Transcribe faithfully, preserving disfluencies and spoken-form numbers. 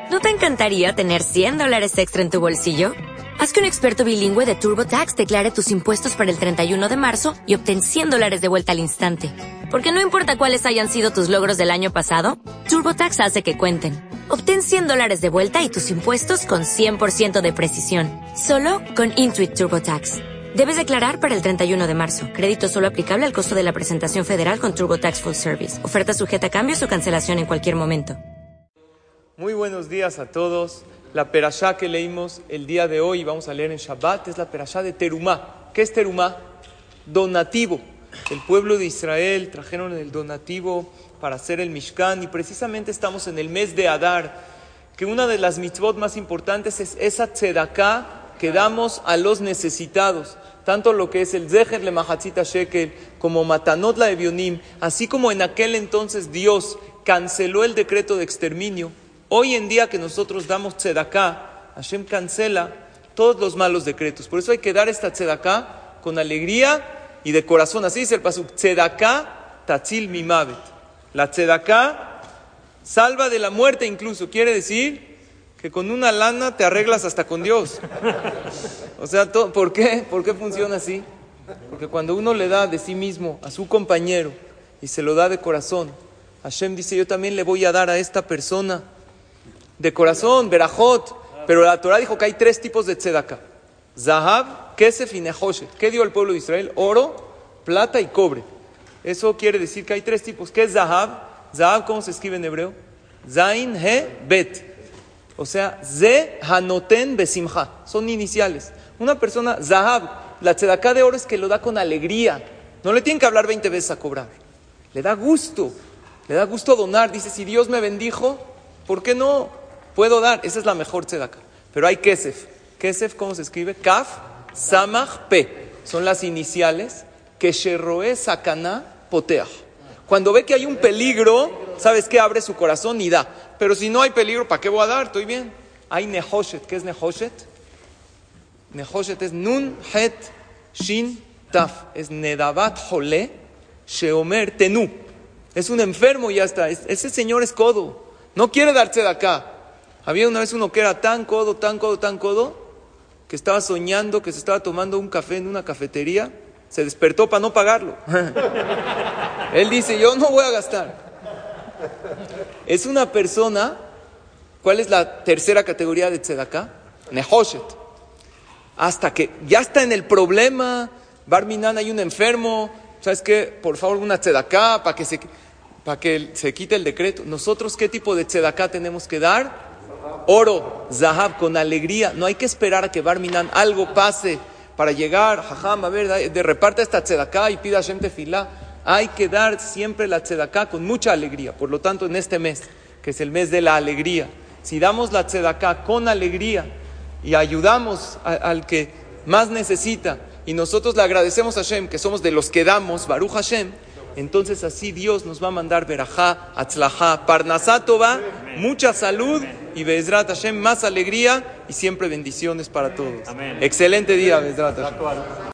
¿No te encantaría tener cien dólares extra en tu bolsillo? Haz que un experto bilingüe de TurboTax declare tus impuestos para el treinta y uno de marzo y obtén cien dólares de vuelta al instante. Porque no importa cuáles hayan sido tus logros del año pasado, TurboTax hace que cuenten. Obtén cien dólares de vuelta y tus impuestos con cien por ciento de precisión. Solo con Intuit TurboTax. Debes declarar para el treinta y uno de marzo. Crédito solo aplicable al costo de la presentación federal con TurboTax Full Service. Oferta sujeta a cambios o cancelación en cualquier momento. Muy buenos días a todos. La perashá que leímos el día de hoy, vamos a leer en Shabbat, es la perashá de Terumá. ¿Qué es Terumá? Donativo. El pueblo de Israel trajeron el donativo para hacer el Mishkan y precisamente estamos en el mes de Adar, que una de las mitzvot más importantes es esa tzedaká que damos a los necesitados. Tanto lo que es el Zecher le Mahatzita Shekel como Matanot la Evionim, así como en aquel entonces Dios canceló el decreto de exterminio. Hoy en día que nosotros damos tzedaká, Hashem cancela todos los malos decretos. Por eso hay que dar esta tzedaká con alegría y de corazón. Así dice el pasuk, tzedaká tatzil mimavet. La tzedaká salva de la muerte incluso. Quiere decir que con una lana te arreglas hasta con Dios. O sea, todo, ¿por qué? ¿Por qué funciona así? Porque cuando uno le da de sí mismo a su compañero y se lo da de corazón, Hashem dice, yo también le voy a dar a esta persona de corazón, berajot. Pero la Torah dijo que hay tres tipos de tzedaká: Zahab, Kesef y Nehoshet. ¿Qué dio el pueblo de Israel? Oro, plata y cobre. Eso quiere decir que hay tres tipos. ¿Qué es Zahab? Zahab, ¿cómo se escribe en hebreo? Zain, He, Bet. O sea, Ze, Hanoten, Besimcha. Son iniciales. Una persona, Zahab, la tzedaká de oro es que lo da con alegría. No le tienen que hablar veinte veces a cobrar. Le da gusto. Le da gusto donar. Dice, si Dios me bendijo, ¿por qué no puedo dar? Esa es la mejor tzedaká. Pero hay Kesef. Kesef, ¿cómo se escribe? Kaf, Samach, Pe. Son las iniciales. Kesheroe, Sakaná, Poteach. Cuando ve que hay un peligro, ¿sabes qué? Abre su corazón y da. Pero si no hay peligro, ¿para qué voy a dar? Estoy bien. Hay Nehoshet. ¿Qué es Nehoshet? Nehoshet es Nun, Het, Shin, Taf. Es Nedavat, Jole, Sheomer, Tenú. Es un enfermo y ya está. Ese señor es codo. No quiere dar tzedaká. Había una vez uno que era tan codo, tan codo, tan codo, que estaba soñando que se estaba tomando un café en una cafetería. Se despertó para no pagarlo. Él dice, yo no voy a gastar. Es una persona. ¿Cuál es la tercera categoría de tzedaká? Nehoshet. Hasta que ya está en el problema. Bar Minan, hay un enfermo. ¿Sabes qué? Por favor, una tzedaká para que se... para que se quite el decreto. Nosotros, ¿qué tipo de tzedaká tenemos que dar? Oro, zahab, con alegría. No hay que esperar a que Bar Minan algo pase para llegar, jajam, a ver, de reparte esta tzedaká y pida Hashem tefilá. Hay que dar siempre la tzedaká con mucha alegría. Por lo tanto, en este mes, que es el mes de la alegría, si damos la tzedaká con alegría y ayudamos a, al que más necesita, y nosotros le agradecemos a Hashem, que somos de los que damos, Baruch Hashem, entonces así Dios nos va a mandar verajá, atzlajá, parnasá tová, mucha salud y Be'ezrat Hashem, más alegría y siempre bendiciones para todos. Amén. Excelente día, Be'ezrat Hashem.